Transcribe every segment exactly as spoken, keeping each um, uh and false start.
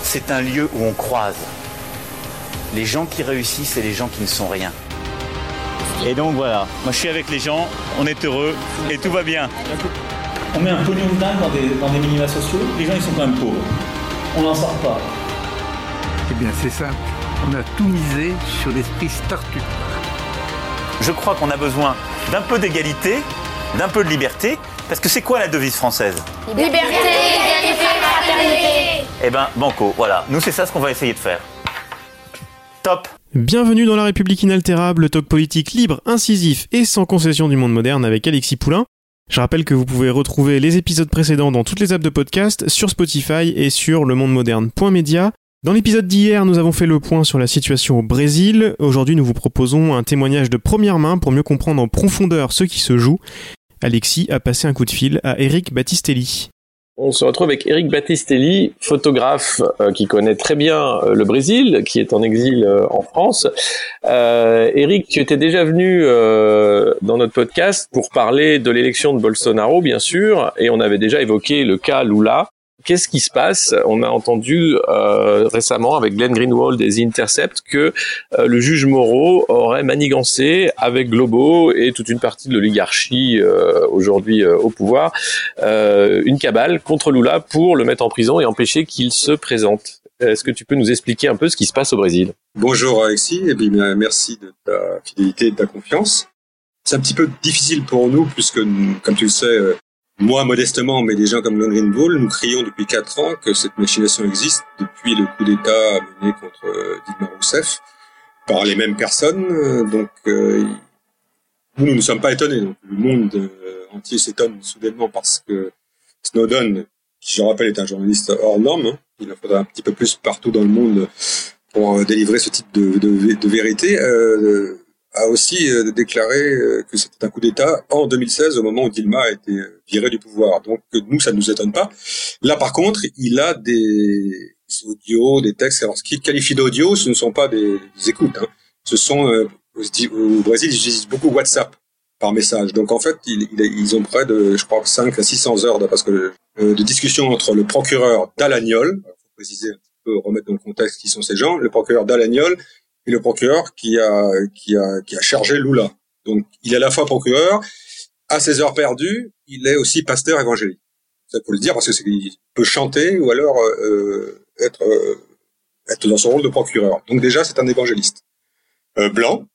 c'est un lieu où on croise les gens qui réussissent et les gens qui ne sont rien. Et donc voilà, moi je suis avec les gens, on est heureux et tout va bien. On met un pognon de dingue dans des, dans des minima sociaux, les gens ils sont quand même pauvres. On n'en sort pas. Eh bien c'est simple, on a tout misé sur l'esprit start-up. Je crois qu'on a besoin d'un peu d'égalité, d'un peu de liberté, parce que c'est quoi la devise française ? Liberté, égalité, fraternité. Eh ben banco, voilà, nous c'est ça ce qu'on va essayer de faire. Top. Bienvenue dans La République inaltérable, le talk politique libre, incisif et sans concession du monde moderne avec Alexis Poulain. Je rappelle que vous pouvez retrouver les épisodes précédents dans toutes les apps de podcast, sur Spotify et sur lemondemoderne point media. Dans l'épisode d'hier, nous avons fait le point sur la situation au Brésil. Aujourd'hui, nous vous proposons un témoignage de première main pour mieux comprendre en profondeur ce qui se joue. Alexis a passé un coup de fil à Éric Battistelli. On se retrouve avec Éric Battistelli, photographe euh, qui connaît très bien euh, le Brésil, qui est en exil euh, en France. Euh, Éric, tu étais déjà venu euh, dans notre podcast pour parler de l'élection de Bolsonaro, bien sûr, et on avait déjà évoqué le cas Lula. Qu'est-ce qui se passe ? On a entendu euh, récemment avec Glenn Greenwald des The Intercept que euh, le juge Moro aurait manigancé avec Globo et toute une partie de l'oligarchie euh, aujourd'hui euh, au pouvoir euh, une cabale contre Lula pour le mettre en prison et empêcher qu'il se présente. Est-ce que tu peux nous expliquer un peu ce qui se passe au Brésil ? Bonjour Alexis, et bien merci de ta fidélité et de ta confiance. C'est un petit peu difficile pour nous puisque, comme tu le sais, moi, modestement, mais des gens comme Glenn Greenwald, nous crions depuis quatre ans que cette machination existe depuis le coup d'État mené contre euh, Dilma Rousseff par les mêmes personnes. Donc, euh, nous, nous ne sommes pas étonnés. Donc, le monde euh, entier s'étonne soudainement parce que Snowden, qui je rappelle est un journaliste hors norme, hein, il en faudra un petit peu plus partout dans le monde pour euh, délivrer ce type de, de, de vérité, euh, a aussi euh, déclaré euh, que c'était un coup d'État en deux mille seize, au moment où Dilma a été euh, virée du pouvoir. Donc nous, ça ne nous étonne pas. Là, par contre, il a des audios, des textes. Alors, ce qu'il qualifie d'audio, ce ne sont pas des, des écoutes. Hein. Ce sont, euh, au Brésil, ils utilisent beaucoup WhatsApp par message. Donc en fait, ils, ils ont près de, je crois, cinq à six cents heures de, parce que, euh, de discussion entre le procureur Dalagnol, il faut préciser un petit peu, remettre dans le contexte qui sont ces gens, le procureur Dalagnol, et le procureur qui a qui a qui a chargé Lula. Donc il est à la fois procureur, à ses heures perdues, il est aussi pasteur évangélique. Ça faut le dire parce que c'est, il peut chanter ou alors euh, être euh, être dans son rôle de procureur. Donc déjà c'est un évangéliste euh, blanc.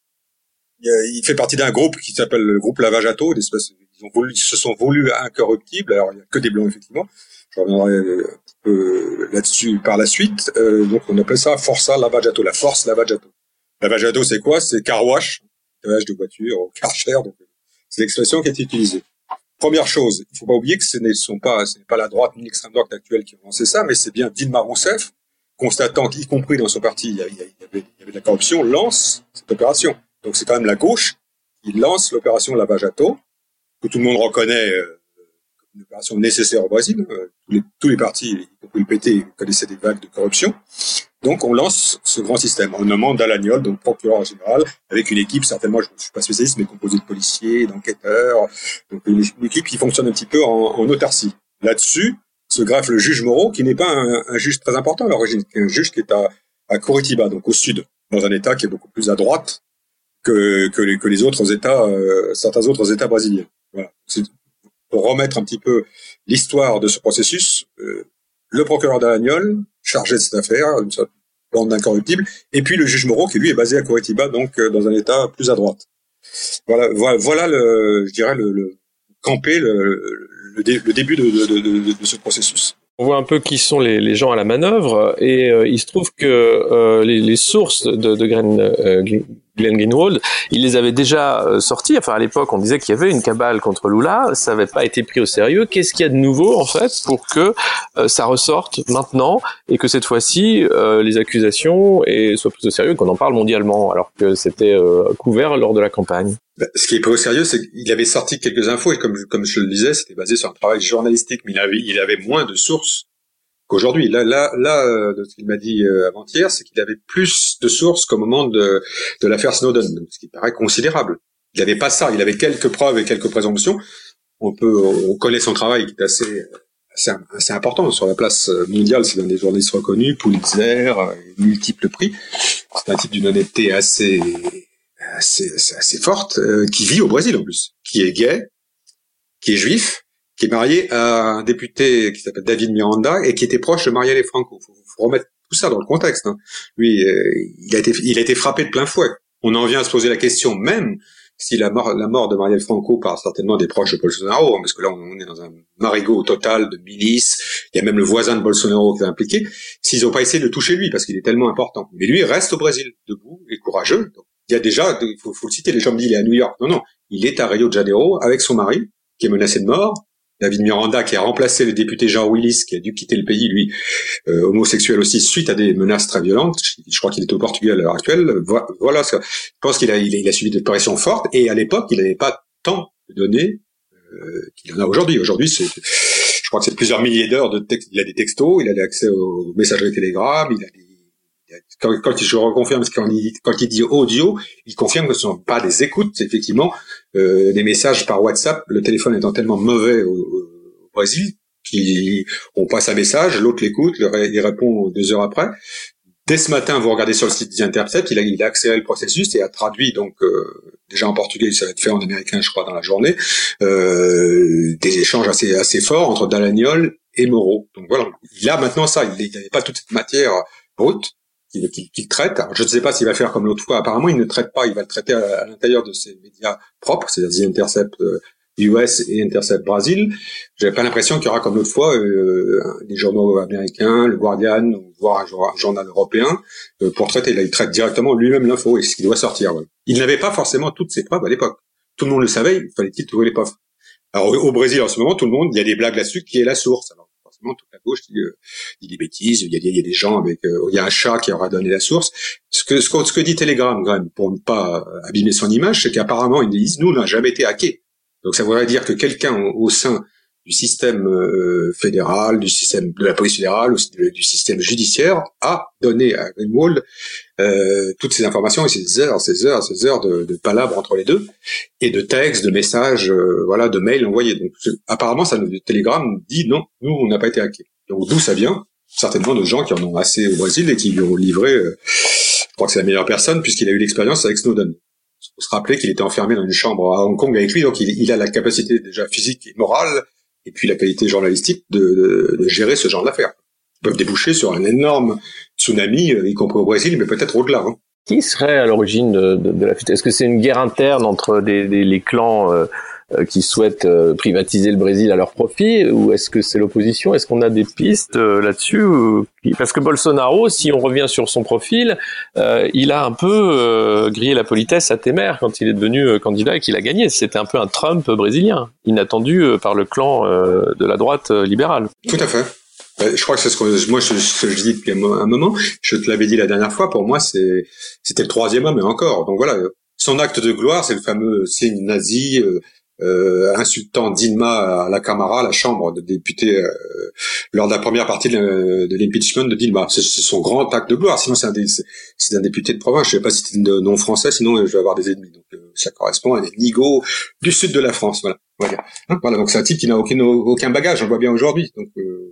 Il fait partie d'un groupe qui s'appelle le groupe Lavajato. D'espèce, ils ont voulu, ils se sont voulus incorruptibles. Alors il y a que des blancs effectivement. Je reviendrai un petit peu là-dessus par la suite. Euh, donc on appelle ça Força Lavajato, la force Lavajato. Lavajato, c'est quoi ? C'est car wash, lavage de voiture, karcher, donc c'est l'expression qui a été utilisée. Première chose, il faut pas oublier que ce ne sont pas, ce n'est pas la droite ni l'extrême droite actuelle qui ont lancé ça, mais c'est bien Dilma Rousseff, constatant qu'y compris dans son parti, il y avait, il y avait, il y avait de la corruption, lance cette opération. Donc c'est quand même la gauche qui lance l'opération Lavajato, que tout le monde reconnaît euh, comme une opération nécessaire au Brésil. Euh, tous les, tous les partis, y compris le P T, connaissaient des vagues de corruption. Donc, on lance ce grand système en nommant Dalagnol, donc procureur général, avec une équipe, certainement, je ne suis pas spécialiste, mais composée de policiers, d'enquêteurs, donc une, une équipe qui fonctionne un petit peu en, en autarcie. Là-dessus, se greffe le juge Moro, qui n'est pas un, un juge très important à l'origine, qui est un juge qui est à, à Curitiba, donc au sud, dans un État qui est beaucoup plus à droite que, que, les, que les autres États, euh, certains autres États brésiliens. Voilà. C'est pour remettre un petit peu l'histoire de ce processus, euh, le procureur Dalagnol, chargé de cette affaire, une sorte de bande d'incorruptibles, et puis le juge Moro, qui lui est basé à Curitiba, donc euh, dans un État plus à droite. Voilà, voilà, voilà le, je dirais le, le camper le, le, dé, le début de, de, de, de, de ce processus. On voit un peu qui sont les, les gens à la manœuvre, et euh, il se trouve que euh, les, les sources de, de Glenn, euh, Glenn Greenwald, il les avait déjà euh, sortis. Enfin, à l'époque, on disait qu'il y avait une cabale contre Lula, ça n'avait pas été pris au sérieux. Qu'est-ce qu'il y a de nouveau, en fait, pour que euh, ça ressorte maintenant, et que cette fois-ci, euh, les accusations et soient prises au sérieux, qu'on en parle mondialement, alors que c'était euh, couvert lors de la campagne? Ce qui est pris au sérieux, c'est qu'il avait sorti quelques infos, et comme, comme je le disais, c'était basé sur un travail journalistique, mais il avait, il avait moins de sources qu'aujourd'hui. Là, là, là, de ce qu'il m'a dit euh, avant-hier, c'est qu'il avait plus de sources qu'au moment de, de l'affaire Snowden, ce qui paraît considérable. Il n'avait pas ça, il avait quelques preuves et quelques présomptions. On peut, on connaît son travail qui est assez, c'est, c'est important sur la place mondiale. C'est un des journalistes reconnus, Pulitzer, multiples prix. C'est un type d'une honnêteté assez, assez, assez forte, euh, qui vit au Brésil en plus, qui est gay, qui est juif, qui est marié à un député qui s'appelle David Miranda et qui était proche de Marielle Franco. Faut, faut remettre tout ça dans le contexte. Hein. Lui, euh, il a été, il a été frappé de plein fouet. On en vient à se poser la question même si la mort, la mort de Marielle Franco par certainement des proches de Bolsonaro, hein, parce que là on est dans un marigot total de milices, il y a même le voisin de Bolsonaro qui est impliqué, s'ils n'ont pas essayé de toucher lui parce qu'il est tellement important. Mais lui reste au Brésil, debout et courageux. Donc, il y a déjà, il faut, faut le citer, les gens me disent il est à New York. Non, non, il est à Rio de Janeiro avec son mari qui est menacé de mort. David Miranda qui a remplacé le député Jean Willis qui a dû quitter le pays, lui, euh, homosexuel aussi, suite à des menaces très violentes. Je crois qu'il est au Portugal à l'heure actuelle. Voilà, je pense qu'il a, il a, il a subi des pressions fortes et à l'époque, il n'avait pas tant de données euh, qu'il en a aujourd'hui. Aujourd'hui, c'est, je crois que c'est plusieurs milliers d'heures de textes. Il a des textos, il a accès aux messageries Telegram, il a des Quand, quand je reconfirme, quand il, quand il dit audio, il confirme que ce ne sont pas des écoutes, c'est effectivement euh, des messages par WhatsApp, le téléphone étant tellement mauvais au, au Brésil, qu'on passe un message, l'autre l'écoute, il répond deux heures après. Dès ce matin, vous regardez sur le site d'Intercept, il a, il a accéléré le processus et a traduit, donc euh, déjà en portugais, ça va être fait en américain, je crois, dans la journée, euh, des échanges assez, assez forts entre Dalagnol et Moreau. Donc voilà, il a maintenant ça, il n'avait pas toute cette matière brute qu'il qu'il, qu'il traite. Alors, je ne sais pas s'il va faire comme l'autre fois. Apparemment, il ne traite pas. Il va le traiter à, à l'intérieur de ses médias propres, c'est-à-dire The Intercept euh, U S et Intercept Brésil. J'avais pas l'impression qu'il y aura comme l'autre fois euh, des journaux américains, le Guardian, voire un, un journal européen euh, pour traiter. Là, il traite directement lui-même l'info et ce qui doit sortir. Ouais. Il n'avait pas forcément toutes ces preuves à l'époque. Tout le monde le savait. Il fallait-il trouver les preuves. Alors au, au Brésil, en ce moment, tout le monde, il y a des blagues là-dessus. Qui est la source? Alors, toute la gauche dit, euh, dit des bêtises, il y a, il y a des gens avec, euh, il y a un chat qui aura donné la source. Ce que, ce que, ce que dit Telegram, quand même, pour ne pas abîmer son image, c'est qu'apparemment, ils disent, nous, on n'a jamais été hackés. Donc, ça voudrait dire que quelqu'un au, au sein du système euh, fédéral, du système de la police fédérale, aussi du, du système judiciaire, a donné à Greenwald euh, toutes ces informations et ces heures, ces heures, ces heures de, de palabres entre les deux, et de textes, de messages, euh, voilà, de mails envoyés. Donc, apparemment, ça, le Telegram dit non, nous, on n'a pas été hackés. Donc, d'où ça vient? Certainement de gens qui en ont assez au Brésil et qui lui ont livré. Euh, je crois que c'est la meilleure personne puisqu'il a eu l'expérience avec Snowden. Il faut se rappeler qu'il était enfermé dans une chambre à Hong Kong avec lui, donc il, il a la capacité déjà physique et morale, et puis la qualité journalistique de, de, de gérer ce genre d'affaires. Ils peuvent déboucher sur un énorme tsunami, y compris au Brésil, mais peut-être au-delà. Hein. Qui serait à l'origine de, de, de la fuite? Est-ce que c'est une guerre interne entre des, des, les clans euh, euh, qui souhaitent euh, privatiser le Brésil à leur profit, ou est-ce que c'est l'opposition? Est-ce qu'on a des pistes euh, là-dessus ou... Parce que Bolsonaro, si on revient sur son profil, euh, il a un peu euh, grillé la politesse à Temer quand il est devenu euh, candidat et qu'il a gagné. C'était un peu un Trump brésilien, inattendu euh, par le clan euh, de la droite euh, libérale. Tout à fait. Je crois que c'est ce que moi je, ce que je dis depuis un moment. Je te l'avais dit la dernière fois. Pour moi, c'est c'était le troisième homme et encore. Donc voilà, son acte de gloire, c'est le fameux signe nazi euh, euh, insultant Dilma à la Camara, la Chambre de députés, euh, lors de la première partie de, de l'impeachment de Dilma. C'est, c'est son grand acte de gloire. Sinon, c'est un, des, c'est, c'est un député de province. Je sais pas si c'est de nom français. Sinon, je vais avoir des ennemis. Donc euh, ça correspond à des nigauds du sud de la France. Voilà. Voilà. Hein, voilà. Donc c'est un type qui n'a aucun aucun bagage. On le voit bien aujourd'hui. Donc euh,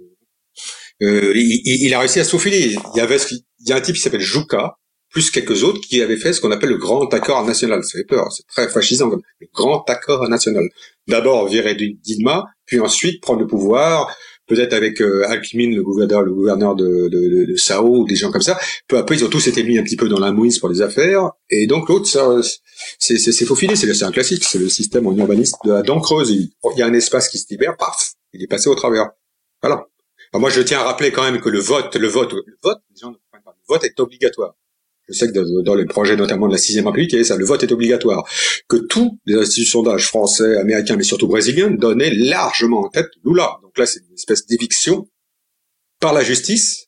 Euh, il, il a réussi à se faufiler. Il y avait, il y a un type qui s'appelle Juca, plus quelques autres qui avaient fait ce qu'on appelle le grand accord national. Ça fait peur, c'est très fascisant, comme le grand accord national. D'abord virer Dilma, puis ensuite prendre le pouvoir, peut-être avec euh, Alckmin, le gouverneur, le gouverneur de, de, de, de Sao, des gens comme ça. Peu à peu, ils ont tous été mis un petit peu dans la mouise pour les affaires. Et donc l'autre, ça, c'est, c'est, c'est faufilé. C'est, c'est un classique. C'est le système en urbanisme de la dent creuse. Il, il y a un espace qui se libère, paf, il est passé au travers. Voilà. Alors moi, je tiens à rappeler quand même que le vote, le vote, le vote, les gens ne comprennent pas. Le vote est obligatoire. Je sais que dans, dans les projets notamment de la sixième République, il y a ça, le vote est obligatoire. Que tous les instituts de sondage français, américains, mais surtout brésiliens, donnaient largement en tête Lula. Donc là, c'est une espèce d'éviction par la justice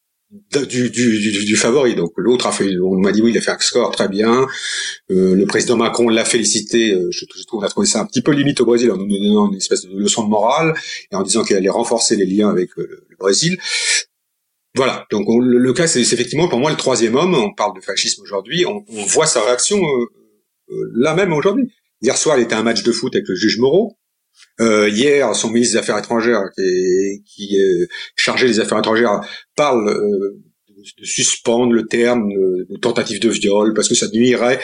du, du, du, du favori. Donc l'autre a fait, on m'a dit oui, il a fait un score très bien. Euh, le président Macron l'a félicité. Euh, je, je trouve qu'on a trouvé ça un petit peu limite au Brésil en nous donnant une espèce de leçon de morale et en disant qu'il allait renforcer les liens avec euh, le Brésil. Voilà. Donc on, le, le cas, c'est, c'est effectivement pour moi le troisième homme. On parle de fascisme aujourd'hui. On, on voit sa réaction euh, euh, là même aujourd'hui. Hier soir, il était à un match de foot avec le juge Moreau. Euh, hier, son ministre des Affaires étrangères, qui est, qui est chargé des Affaires étrangères, parle euh, de suspendre le terme de tentative de viol parce que ça nuirait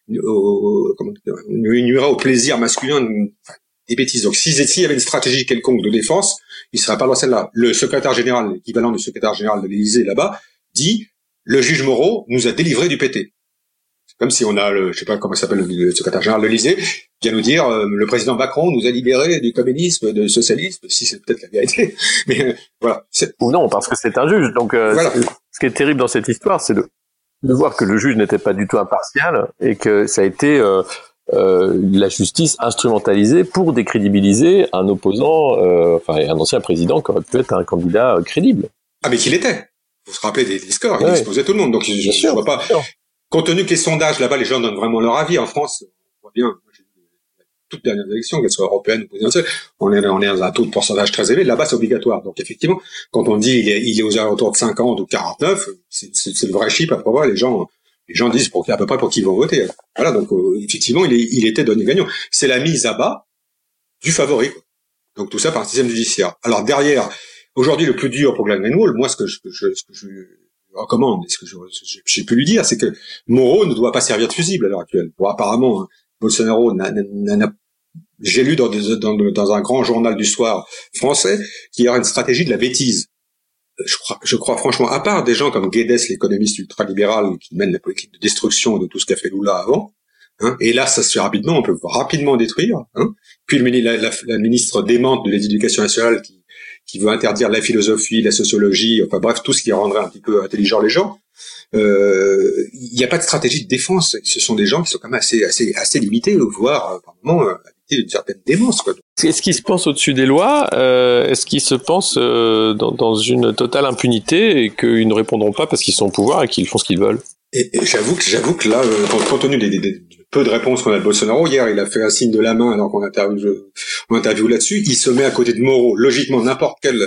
au, comment, nuirait au plaisir masculin. Enfin, des bêtises. Donc, s'il si y avait une stratégie quelconque de défense, il serait pas dans celle-là. Le secrétaire général, l'équivalent du secrétaire général de l'Élysée là-bas, dit le juge Moreau nous a délivré du pété. C'est comme si on a le, je sais pas comment s'appelle le, le secrétaire général de l'Élysée, vient nous dire euh, le président Macron nous a libéré du communisme, du socialisme, si c'est peut-être la vérité. Mais euh, voilà. Ou non, parce que c'est un juge. Donc, euh, voilà. Ce qui est terrible dans cette histoire, c'est de, de voir que le juge n'était pas du tout impartial et que ça a été euh, euh, la justice instrumentalisée pour décrédibiliser un opposant, euh, enfin un ancien président qui aurait pu être un candidat crédible. Ah mais qu'il était. Vous vous rappelez des, des scores, il ouais. exposait tout le monde. Donc je, je, je vois pas. Compte tenu que les sondages là-bas, les gens donnent vraiment leur avis. En France, on voit bien. Toutes les dernières élections, qu'elles soient européennes ou présidentielles, on est, on est dans un taux de pourcentage très élevé. Là-bas, c'est obligatoire. Donc, effectivement, quand on dit il est, il est aux alentours de cinquante ou quarante-neuf, c'est, c'est, c'est le vrai chiffre à prévoir. Les gens, les gens disent pour, à peu près pour qui ils vont voter. Voilà. Donc, euh, effectivement, il, est, il était donné gagnant. C'est la mise à bas du favori. Donc, tout ça par un système judiciaire. Alors, derrière, aujourd'hui, le plus dur pour Glenn Greenwald, moi, ce que je, ce que je recommande, ce que je, j'ai pu lui dire, c'est que Moreau ne doit pas servir de fusible à l'heure actuelle. Bon, apparemment, hein, Bolsonaro n'a, n'a, n'a, j'ai lu dans, des, dans, dans un grand journal du soir français qu'il y aura une stratégie de la bêtise. Je crois, je crois franchement, à part des gens comme Guedes, l'économiste ultralibéral qui mène la politique de destruction de tout ce qu'a fait Lula avant, hein, et là ça se fait rapidement, on peut rapidement détruire. Hein, puis le, la, la, la ministre démente de l'éducation nationale qui, qui veut interdire la philosophie, la sociologie, enfin bref, tout ce qui rendrait un petit peu intelligent les gens. Il euh, n'y a pas de stratégie de défense. Ce sont des gens qui sont quand même assez, assez, assez limités, voire par moments habités d'une certaine démence, quoi. Est-ce qu'ils se pensent au-dessus des lois euh, Est-ce qu'ils se pensent euh, dans, dans une totale impunité et qu'ils ne répondront pas parce qu'ils sont au pouvoir et qu'ils font ce qu'ils veulent? Et, et j'avoue que j'avoue que là, euh, compte tenu des, des, des peu de réponses qu'on a de Bolsonaro, hier il a fait un signe de la main alors qu'on interviewe, on interviewe là-dessus. Il se met à côté de Moreau. Logiquement, n'importe quel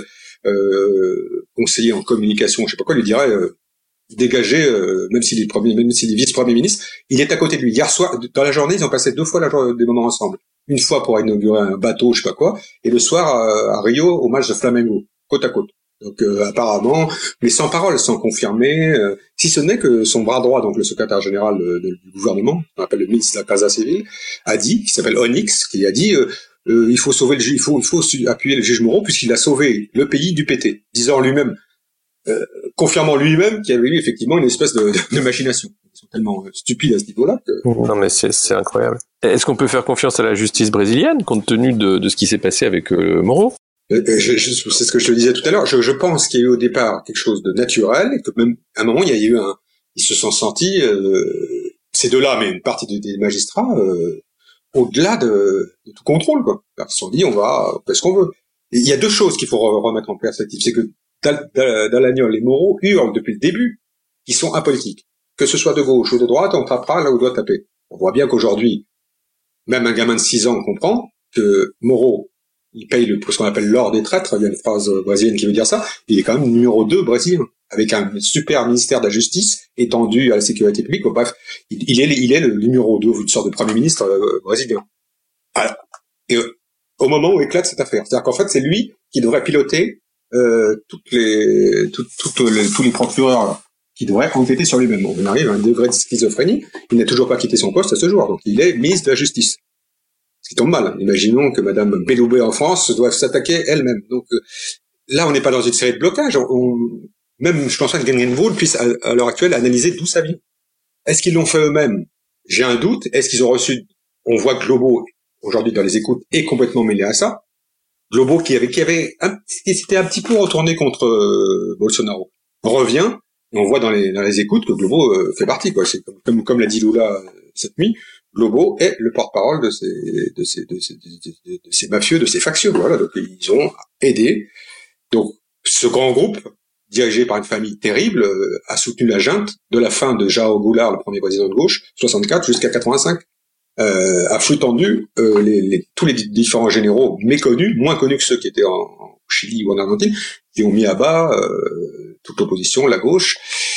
euh, conseiller en communication, je sais pas quoi, lui dirait. Euh, dégagé, euh, même s'il est premier, même s'il est vice-premier ministre, il est à côté de lui. Hier soir, dans la journée, ils ont passé deux fois la journée, des moments ensemble. Une fois pour inaugurer un bateau, je sais pas quoi, et le soir à, à Rio, au match de Flamengo, côte à côte. Donc euh, apparemment, mais sans parole, sans confirmer, euh, si ce n'est que son bras droit, donc le secrétaire général de, de, du gouvernement, qu'on appelle le ministre de la Casa Civile, a dit, qui s'appelle Onyx, qui a dit, euh, euh, il faut sauver le, il faut, il faut appuyer le juge Moreau puisqu'il a sauvé le pays du pété, disant lui-même. Euh, confirmant lui-même qu'il y avait eu effectivement une espèce de, de, de machination. Ils sont tellement euh, stupides à ce niveau-là que... Non mais c'est, c'est incroyable. Est-ce qu'on peut faire confiance à la justice brésilienne compte tenu de, de ce qui s'est passé avec euh, Moreau? euh, je, je, C'est ce que je te disais tout à l'heure. Je, je pense qu'il y a eu au départ quelque chose de naturel et que même à un moment il y a eu un... Ils se sont sentis, euh, ces deux-là, mais une partie de, des magistrats, euh, au-delà de, de tout contrôle, quoi. Ils se sont dit on va faire ce qu'on veut. Et il y a deux choses qu'il faut remettre en perspective. C'est que Dalagnol et Moreau hurlent depuis le début qu'ils sont apolitiques. Que ce soit de gauche ou de droite, on tapera là où on doit taper. On voit bien qu'aujourd'hui, même un gamin de six ans comprend que Moreau, il paye le, ce qu'on appelle l'or des traîtres, il y a une phrase brésilienne qui veut dire ça, il est quand même numéro deux brésilien, avec un super ministère de la justice étendu à la sécurité publique. Bref, il, il, est, il est le numéro deux, une sorte de premier ministre euh, brésilien. Voilà. Et euh, au moment où éclate cette affaire, c'est-à-dire qu'en fait, c'est lui qui devrait piloter Euh, toutes les, tout, tout, les, tous les procureurs là, qui devraient enquêter sur lui-même. On arrive à un degré de schizophrénie. Il n'a toujours pas quitté son poste à ce jour. Donc, il est ministre de la Justice. Ce qui tombe mal. Imaginons que Madame Belloubet en France doive s'attaquer elle-même. Donc, euh, là, on n'est pas dans une série de blocages. On, on, même, je pense pas que Greenwald puisse, à, à l'heure actuelle, analyser d'où ça vient. Est-ce qu'ils l'ont fait eux-mêmes? J'ai un doute. Est-ce qu'ils ont reçu... On voit que Globo, aujourd'hui, dans les écoutes, est complètement mêlé à ça. Globo qui avait qui avait un, qui s'était un petit peu retourné contre euh, Bolsonaro revient et on voit dans les dans les écoutes que Globo euh, fait partie, quoi. C'est comme comme, comme l'a dit Lula euh, cette nuit, Globo est le porte-parole de ces de ces de ces de, de, de ces mafieux, de ces factieux, voilà. Donc ils ont aidé. Donc ce grand groupe dirigé par une famille terrible euh, a soutenu la junte de la fin de João Goulart, le premier président de gauche, soixante-quatre jusqu'à quatre-vingt-cinq. Euh, à flux tendu, euh, les, les, tous les différents généraux méconnus, moins connus que ceux qui étaient en, en Chili ou en Argentine, qui ont mis à bas euh, toute l'opposition, la gauche.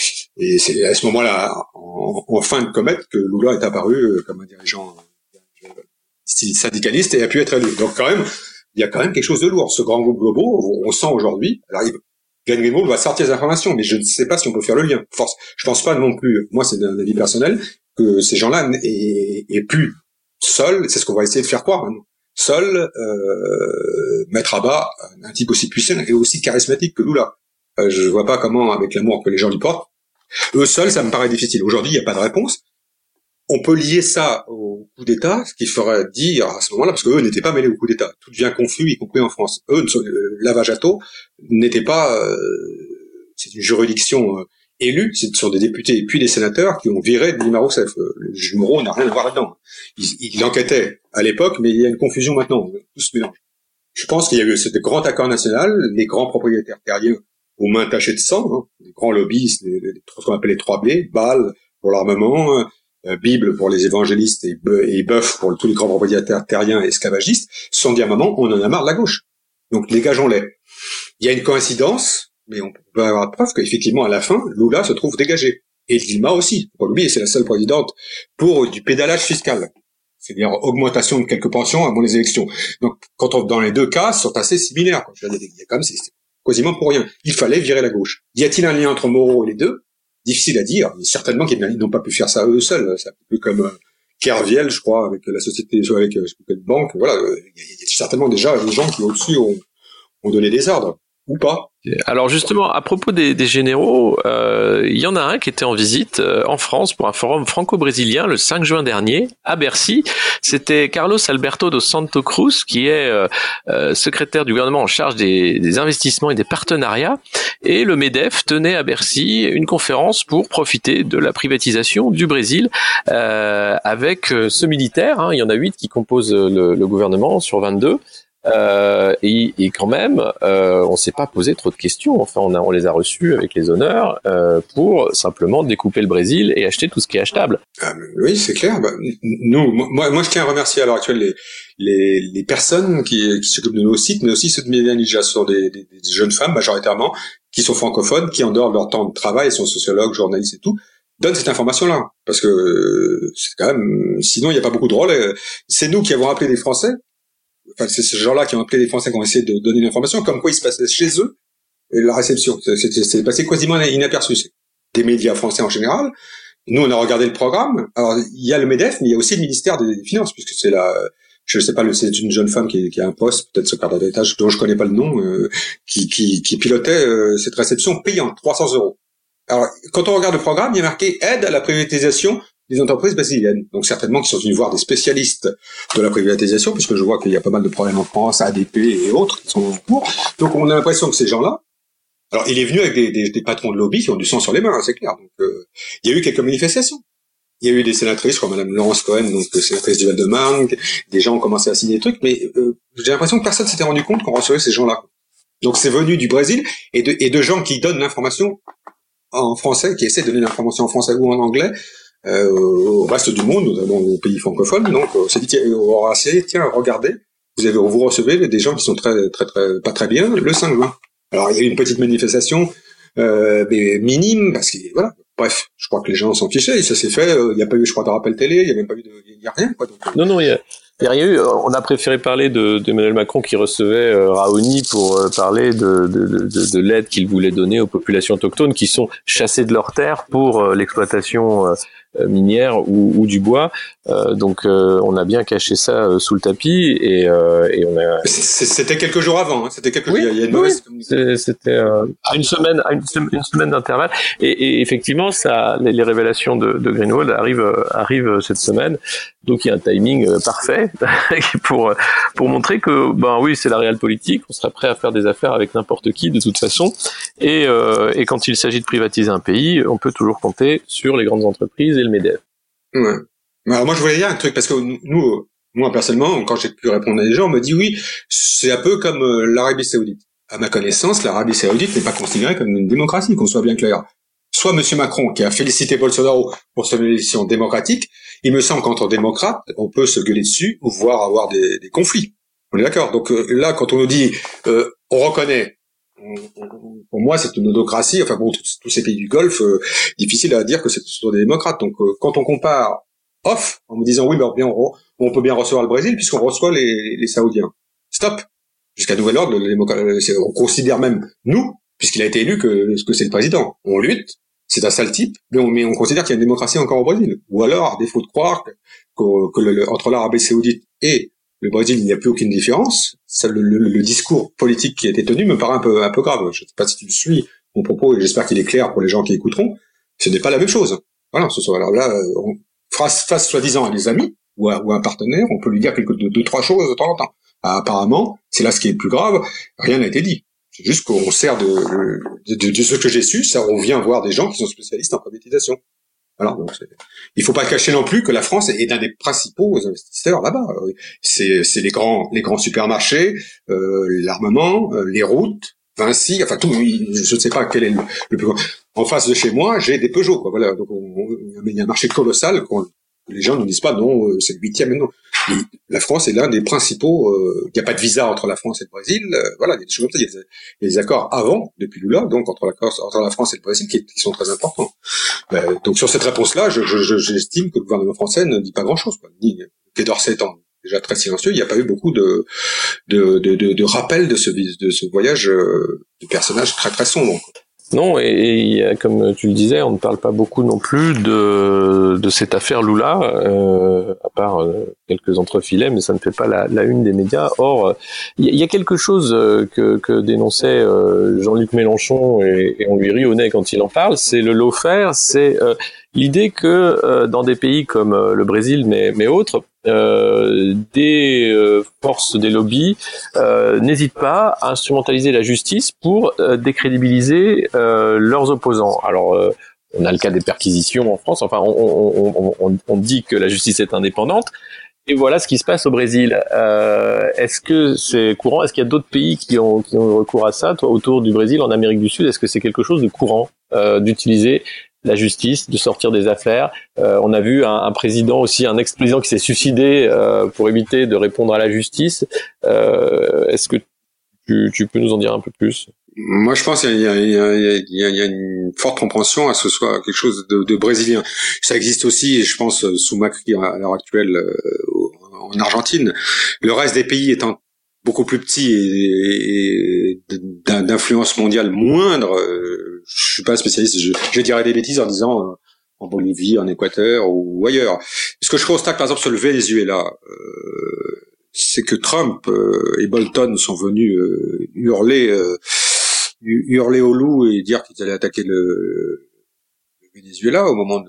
Et c'est à ce moment-là, en, en fin de comète, que Lula est apparu euh, comme un dirigeant euh, syndicaliste et a pu être élu. Donc quand même, il y a quand même quelque chose de lourd. Ce grand groupe global, on sent aujourd'hui, alors Glenn Greenwald va sortir des informations, mais je ne sais pas si on peut faire le lien. Force, je pense pas non plus, moi c'est un avis personnel, que ces gens-là aient, aient pu seuls, c'est ce qu'on va essayer de faire croire maintenant, seuls euh, mettre à bas un type aussi puissant et aussi charismatique que Lula. Euh, je vois pas comment, avec l'amour que les gens lui portent, eux seuls, ça me paraît difficile. Aujourd'hui, il n'y a pas de réponse. On peut lier ça au coup d'État, ce qui ferait dire à ce moment-là, parce qu'eux n'étaient pas mêlés au coup d'État. Tout devient confus, y compris en France. Eux, le lavage à taux n'était pas... Euh, c'est une juridiction euh, élue, ce sont des députés et puis des sénateurs qui ont viré Dilma Rousseff. Le juge Moreau n'a rien à voir là-dedans. Il, il enquêtait à l'époque, mais il y a une confusion maintenant. Tout se mélange. Je pense qu'il y a eu ce grand accord national, les grands propriétaires terriens aux mains tachées de sang, hein, les grands lobbyistes, les, les, ce qu'on appelle les trois B, Bâle pour l'armement, euh, Bible pour les évangélistes et, et Bœuf pour tous les grands propriétaires terriens et esclavagistes, se sont dit à un moment, on en a marre de la gauche. Donc dégageons-les. Il y a une coïncidence, mais on peut avoir la preuve qu'effectivement, à la fin, Lula se trouve dégagé. Et Dilma aussi. Pour lui, c'est la seule présidente pour du pédalage fiscal. C'est-à-dire augmentation de quelques pensions avant les élections. Donc, quand on, dans les deux cas, sont assez similaires. Quoi. Il y a quand même, c'est quasiment pour rien. Il fallait virer la gauche. Y a-t-il un lien entre Moreau et les deux? Difficile à dire. Mais certainement qu'ils n'ont pas pu faire ça eux seuls. C'est un peu comme euh, Kerviel, je crois, avec la société, avec euh, je sais pas quelle banque. Voilà. Il y, y a certainement déjà des gens qui au-dessus ont, ont donné des ordres. Ou pas. Alors justement, à propos des, des généraux, euh, il y en a un qui était en visite euh, en France pour un forum franco-brésilien le cinq juin dernier à Bercy. C'était Carlos Alberto dos Santos Cruz, qui est euh, euh, secrétaire du gouvernement en charge des, des investissements et des partenariats. Et le MEDEF tenait à Bercy une conférence pour profiter de la privatisation du Brésil euh, avec ce militaire. Hein, il y en a huit qui composent le, le gouvernement sur vingt-deux. Euh, et, et quand même, euh, on s'est pas posé trop de questions. Enfin, on, a, on les a reçus avec les honneurs euh, pour simplement découper le Brésil et acheter tout ce qui est achetable. Ah, oui, c'est clair. Bah, nous, moi, moi, je tiens à remercier à l'heure actuelle les, les, les personnes qui, qui s'occupent de nos sites, mais aussi ceux de Média Ninja. Ce sont des, des, des jeunes femmes majoritairement qui sont francophones, qui en dehors de leur temps de travail, sont sociologues, journalistes et tout, donnent cette information-là. Parce que euh, c'est quand même, sinon il n'y a pas beaucoup de rôle. C'est nous qui avons appelé des Français. Enfin, c'est ces gens-là qui ont appelé les Français qui ont essayé de donner l'information, comme quoi il se passait chez eux, et la réception. C'est, c'est, c'est passé quasiment inaperçu. C'est des médias français en général. Nous, on a regardé le programme. Alors, il y a le MEDEF, mais il y a aussi le ministère des Finances, puisque c'est la, je sais pas, c'est une jeune femme qui, qui a un poste, peut-être secrétaire d'État, dont je connais pas le nom, euh, qui, qui, qui pilotait euh, cette réception payante, trois cents euros. Alors, quand on regarde le programme, il y a marqué aide à la privatisation des entreprises brésiliennes. Donc certainement qu'ils sont venus voir des spécialistes de la privatisation, puisque je vois qu'il y a pas mal de problèmes en France, A D P et autres qui sont en cours. Donc on a l'impression que ces gens-là, alors il est venu avec des, des, des patrons de lobby qui ont du sang sur les mains, hein, c'est clair. Donc euh, il y a eu quelques manifestations. Il y a eu des sénatrices, comme Madame Laurence Cohen, donc sénatrice du Val-de-Marne, des gens ont commencé à signer des trucs, mais euh, j'ai l'impression que personne s'était rendu compte qu'on recevait ces gens-là. Donc c'est venu du Brésil et de, et de gens qui donnent l'information en français, qui essaient de donner l'information en français ou en anglais, Euh, au reste du monde, notamment aux pays francophones. Donc, on s'est dit, tiens, on va essayer, tiens, regardez, vous avez, vous recevez des gens qui sont très, très, très, pas très bien, le cinq juin. Alors, il y a eu une petite manifestation, euh, mais minime, parce que, voilà. Bref, je crois que les gens s'en fichaient, et ça s'est fait, il n'y a pas eu, je crois, de rappel télé, il n'y a même pas eu de, il n'y a rien, quoi. Donc, non, non, il y a, il y a rien eu. On a préféré parler de, d'Emmanuel Macron qui recevait euh, Raoni pour euh, parler de, de, de, de l'aide qu'il voulait donner aux populations autochtones qui sont chassées de leurs terres pour euh, l'exploitation euh, minière ou, ou du bois. Euh, donc euh, on a bien caché ça euh, sous le tapis et, euh, et on a. C'était quelques jours avant. Hein. C'était quelques. Oui, il y a une oui, mauvaise. C'est, c'était euh, à une semaine, à une, une semaine d'intervalle. Et, et effectivement, ça, les, les révélations de, de Greenwald arrivent, arrivent cette semaine. Donc il y a un timing parfait pour pour montrer que ben oui, c'est la réelle politique. On serait prêt à faire des affaires avec n'importe qui de toute façon. Et euh, et quand il s'agit de privatiser un pays, on peut toujours compter sur les grandes entreprises et le MEDEF. Ouais. Alors moi je voulais dire un truc parce que nous, moi personnellement, quand j'ai pu répondre à des gens, on me dit oui, c'est un peu comme euh, l'Arabie Saoudite. À ma connaissance, l'Arabie Saoudite n'est pas considérée comme une démocratie, qu'on soit bien clair. Soit Monsieur Macron qui a félicité Bolsonaro pour son élection démocratique, il me semble qu'entre démocrates, on peut se gueuler dessus ou voire avoir des, des conflits. On est d'accord. Donc euh, là, quand on nous dit, euh, on reconnaît. Pour moi, c'est une autocratie. Enfin bon, tous, tous ces pays du Golfe, euh, difficile à dire que c'est tous des démocrates. Donc, euh, quand on compare off, en me disant oui, ben bien, on, on peut bien recevoir le Brésil puisqu'on reçoit les, les Saoudiens. Stop. Jusqu'à nouvel ordre, le démocrate, on considère même, nous, puisqu'il a été élu, que, que c'est le président. On lutte, c'est un sale type, mais on, mais on considère qu'il y a une démocratie encore au Brésil. Ou alors, à défaut de croire que, que, que le, entre l'Arabie Saoudite et le Brésil, il n'y a plus aucune différence, ça, le, le, le discours politique qui a été tenu me paraît un peu, un peu grave. Je ne sais pas si tu suis mon propos, et j'espère qu'il est clair pour les gens qui écouteront. Ce n'est pas la même chose. Voilà, ce soit, alors là, on, face, face soi-disant à des amis, ou à, ou à un partenaire, on peut lui dire quelque, deux, deux, trois choses de temps en temps. Ah, apparemment, c'est là ce qui est le plus grave, rien n'a été dit. C'est juste qu'on sert de, de, de, de ce que j'ai su, ça, on vient voir des gens qui sont spécialistes en privatisation. Alors, donc, il faut pas cacher non plus que la France est un des principaux investisseurs là-bas. C'est, c'est les grands, les grands supermarchés, euh, l'armement, euh, les routes, Vinci, enfin tout. Je ne sais pas quel est le, le plus grand. En face de chez moi, j'ai des Peugeot, quoi. Voilà. Donc, on, on, il y a un marché colossal. Qu'on, les gens ne disent pas non, c'est le huitième, mais non. Et la France est l'un des principaux. Euh, il n'y a pas de visa entre la France et le Brésil. Euh, voilà, il y a des choses comme ça. Il y a des, il y a des accords avant, depuis Lula, donc entre la, entre la France et le Brésil, qui, qui sont très importants. Euh, donc sur cette réponse-là, je, je, j'estime que le gouvernement français ne dit pas grand-chose, quoi. Ni le Quai d'Orsay étant déjà très silencieux, il n'y a pas eu beaucoup de de de, de, de rappels de ce de ce voyage euh, de personnages très très sombres. Non, et, et comme tu le disais, on ne parle pas beaucoup non plus de de cette affaire Lula, euh, à part euh, quelques entrefilets, mais ça ne fait pas la, la une des médias. Or, il y, y a quelque chose que, que dénonçait euh, Jean-Luc Mélenchon, et, et on lui rit au nez quand il en parle, c'est le lawfare, c'est euh, l'idée que euh, dans des pays comme euh, le Brésil, mais, mais autres, euh, des euh, forces, des lobbies euh, n'hésitent pas à instrumentaliser la justice pour euh, décrédibiliser euh, leurs opposants. Alors, euh, on a le cas des perquisitions en France. Enfin, on, on, on, on dit que la justice est indépendante. Et voilà ce qui se passe au Brésil. Euh, est-ce que c'est courant? Est-ce qu'il y a d'autres pays qui ont, qui ont recours à ça, toi, autour du Brésil, en Amérique du Sud? Est-ce que c'est quelque chose de courant euh, d'utiliser la justice, de sortir des affaires? Euh, on a vu un, un président aussi, un ex-président qui s'est suicidé euh, pour éviter de répondre à la justice. Euh, est-ce que tu, tu peux nous en dire un peu plus? Moi, je pense qu'il y a, il y a, il y a, il y a une forte compréhension à ce que ce soit quelque chose de, de brésilien. Ça existe aussi, je pense, sous Macri à l'heure actuelle euh, en Argentine. Le reste des pays étant beaucoup plus petits et, et d'influence mondiale moindre, euh, je suis pas spécialiste. Je, je dirais des bêtises en disant euh, en Bolivie, en Équateur ou ailleurs. Ce que je constate, par exemple, sur le Venezuela, euh, c'est que Trump euh, et Bolton sont venus euh, hurler. Euh, hurler au loup et dire qu'ils allaient attaquer le, le Venezuela au moment de,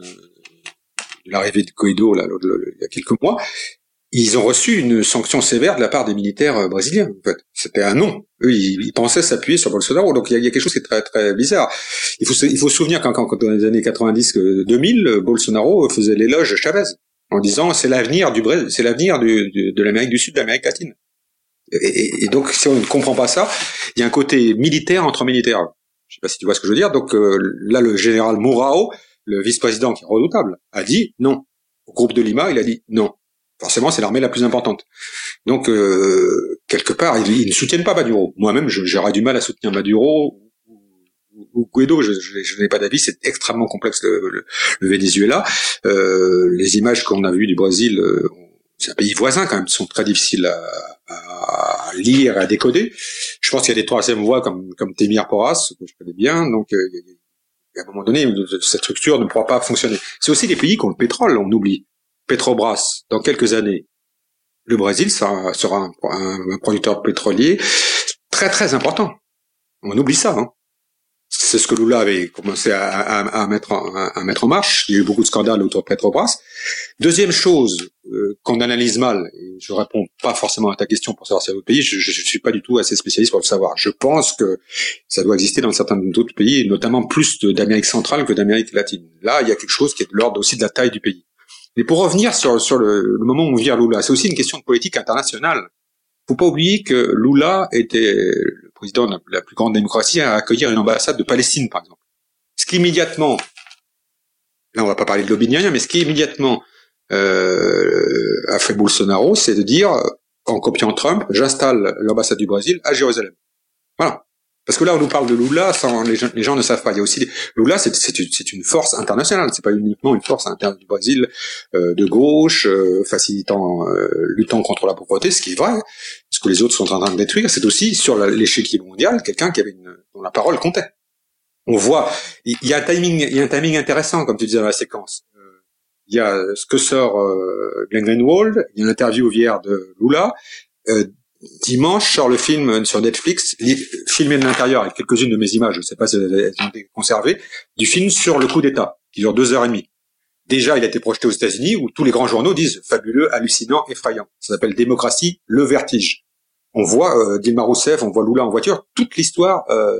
de l'arrivée de Guaido là, le, le, il y a quelques mois. Ils ont reçu une sanction sévère de la part des militaires brésiliens. En fait, c'était un non. Eux, ils, ils pensaient s'appuyer sur Bolsonaro. Donc il y a, il y a quelque chose qui est très très bizarre. Il faut il faut se souvenir qu'en quand dans les années quatre-vingt-dix deux mille, Bolsonaro faisait l'éloge de Chavez en disant c'est l'avenir du Brésil, c'est l'avenir du, du, de l'Amérique du Sud, de l'Amérique latine. Et, et donc, si on ne comprend pas ça, il y a un côté militaire entre militaires. Je sais pas si tu vois ce que je veux dire. Donc euh, là, le général Mourao, le vice-président qui est redoutable, a dit non. Au groupe de Lima, il a dit non. Forcément, c'est l'armée la plus importante. Donc, euh, quelque part, ils, ils ne soutiennent pas Maduro. Moi-même, j'aurais du mal à soutenir Maduro ou, ou Guaido. Je, je, je n'ai pas d'avis. C'est extrêmement complexe le, le, le Venezuela. Euh, les images qu'on a vues du Brésil, euh, c'est un pays voisin quand même, sont très difficiles à à lire et à décoder. Je pense qu'il y a des troisièmes voies comme comme Temir Porras que je connais bien, donc euh, à un moment donné cette structure ne pourra pas fonctionner. C'est aussi des pays qui ont le pétrole, on oublie. Petrobras, dans quelques années, le Brésil sera, sera un, un, un producteur pétrolier très très important. On oublie ça, hein. C'est ce que Lula avait commencé à, à, à, mettre en, à, à mettre en marche. Il y a eu beaucoup de scandales autour de Petrobras. Deuxième chose euh, qu'on analyse mal, et je réponds pas forcément à ta question pour savoir si c'est un autre pays, je, je, je suis pas du tout assez spécialiste pour le savoir. Je pense que ça doit exister dans certains d'autres pays, notamment plus de, d'Amérique centrale que d'Amérique latine. Là, il y a quelque chose qui est de l'ordre aussi de la taille du pays. Mais pour revenir sur, sur le, le moment où on vire Lula, c'est aussi une question de politique internationale. Faut pas oublier que Lula était le président de la plus grande démocratie à accueillir une ambassade de Palestine, par exemple. Ce qui immédiatement, là on va pas parler de lobby ni rien, mais ce qui immédiatement euh, a fait Bolsonaro, c'est de dire, en copiant Trump, j'installe l'ambassade du Brésil à Jérusalem. Voilà. Parce que là, on nous parle de Lula, sans, les, gens, les gens ne savent pas. Il y a aussi des... Lula, c'est, c'est, une, c'est une force internationale. C'est pas uniquement une force interne du Brésil euh, de gauche, euh, facilitant, euh, luttant contre la pauvreté, ce qui est vrai. Ce que les autres sont en train de détruire, c'est aussi sur la, l'échiquier mondial quelqu'un qui avait une, dont la parole comptait. On voit, il y a un timing, il y a un timing intéressant, comme tu disais dans la séquence. Euh, il y a ce que sort euh, Glenn Greenwald, il y a l'interview hier de Lula. Euh, Dimanche sort le film sur Netflix, filmé de l'intérieur avec quelques-unes de mes images, je ne sais pas si elles ont été conservées, du film sur le coup d'État, qui dure deux heures et demie. Déjà, il a été projeté aux États-Unis, où tous les grands journaux disent fabuleux, hallucinant, effrayant. Ça s'appelle Démocratie, le vertige. On voit euh, Dilma Rousseff, on voit Lula en voiture, toute l'histoire euh,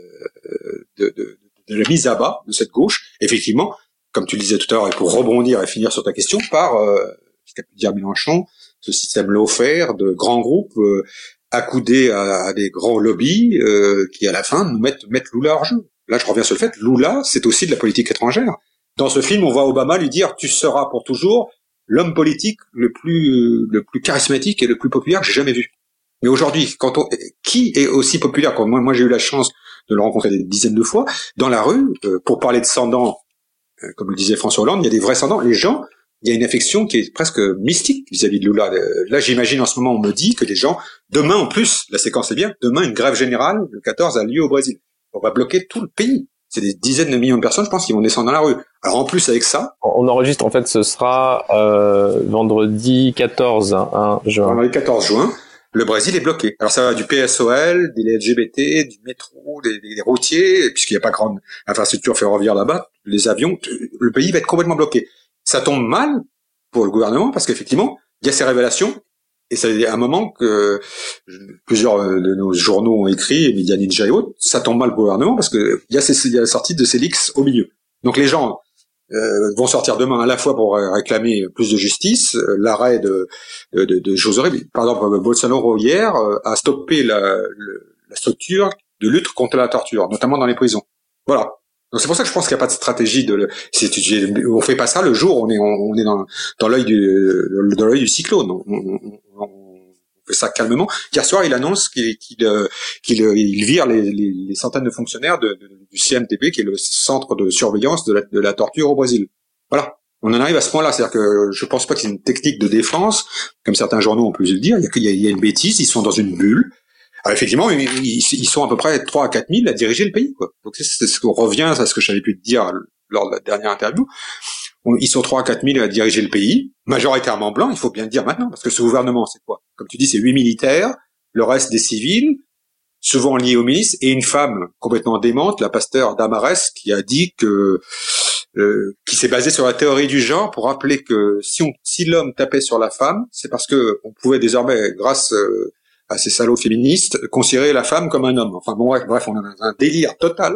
de, de, de la mise à bas de cette gauche. Effectivement, comme tu le disais tout à l'heure, et pour rebondir et finir sur ta question, par euh, ce qu'a pu dire Mélenchon, ce système lawfare de grands groupes euh, accoudés à, à des grands lobbies euh, qui, à la fin, nous mettent, mettent Lula hors jeu. Là, je reviens sur le fait, Lula, c'est aussi de la politique étrangère. Dans ce film, on voit Obama lui dire « Tu seras pour toujours l'homme politique le plus le plus charismatique et le plus populaire que j'ai jamais vu. » Mais aujourd'hui, quand on, qui est aussi populaire? Quand moi, moi, j'ai eu la chance de le rencontrer des dizaines de fois, dans la rue, euh, pour parler de sans-dents, euh, comme le disait François Hollande, il y a des vrais sans-dents. Les gens... Il y a une affection qui est presque mystique vis-à-vis de Lula. Là, j'imagine en ce moment, on me dit que les gens, demain en plus, la séquence est bien, demain une grève générale, le quatorze, a lieu au Brésil. On va bloquer tout le pays. C'est des dizaines de millions de personnes, je pense, qui vont descendre dans la rue. Alors en plus, avec ça... On enregistre, en fait, ce sera euh, vendredi quatorze hein, juin. Vendredi quatorze juin, le Brésil est bloqué. Alors ça va du P S O L, des L G B T, du métro, des, des routiers, puisqu'il n'y a pas grande infrastructure ferroviaire là-bas, les avions, le pays va être complètement bloqué. Ça tombe mal pour le gouvernement parce qu'effectivement, il y a ces révélations et c'est un moment que plusieurs de nos journaux ont écrit, et Media Ninja et autres, ça tombe mal pour le gouvernement parce que il y a, ces, il y a la sortie de ces leaks au milieu. Donc les gens euh, vont sortir demain à la fois pour réclamer plus de justice, euh, l'arrêt de, de, de, de choses horribles. Par exemple, Bolsonaro hier euh, a stoppé la, le, la structure de lutte contre la torture, notamment dans les prisons. Voilà. Donc c'est pour ça que je pense qu'il n'y a pas de stratégie de, c'est, on fait pas ça le jour, on est, on, on est dans, dans l'œil du, dans l'œil du cyclone. On, on, on fait ça calmement. Hier soir, il annonce qu'il, qu'il, qu'il il vire les, les, les centaines de fonctionnaires de, de, du C N T P, qui est le centre de surveillance de la, de la torture au Brésil. Voilà. On en arrive à ce point-là. C'est-à-dire que je pense pas que c'est une technique de défense, comme certains journaux ont pu le dire. Il y a, il y a, il y a une bêtise. Ils sont dans une bulle. Alors effectivement, ils, ils sont à peu près trois à quatre mille à diriger le pays, quoi. Donc c'est, c'est ce qu'on revient à ce que j'avais pu te dire lors de la dernière interview. Ils sont trois à quatre mille à diriger le pays, majoritairement blancs, il faut bien le dire maintenant, parce que ce gouvernement, c'est quoi? Comme tu dis, c'est huit militaires, le reste des civils, souvent liés au milices, et une femme complètement démente, la pasteur Damares, qui a dit que, euh, qui s'est basée sur la théorie du genre pour rappeler que si on, si l'homme tapait sur la femme, c'est parce que on pouvait désormais, grâce euh, à ces salauds féministes, considérer la femme comme un homme. Enfin bon, bref, bref, on a un délire total.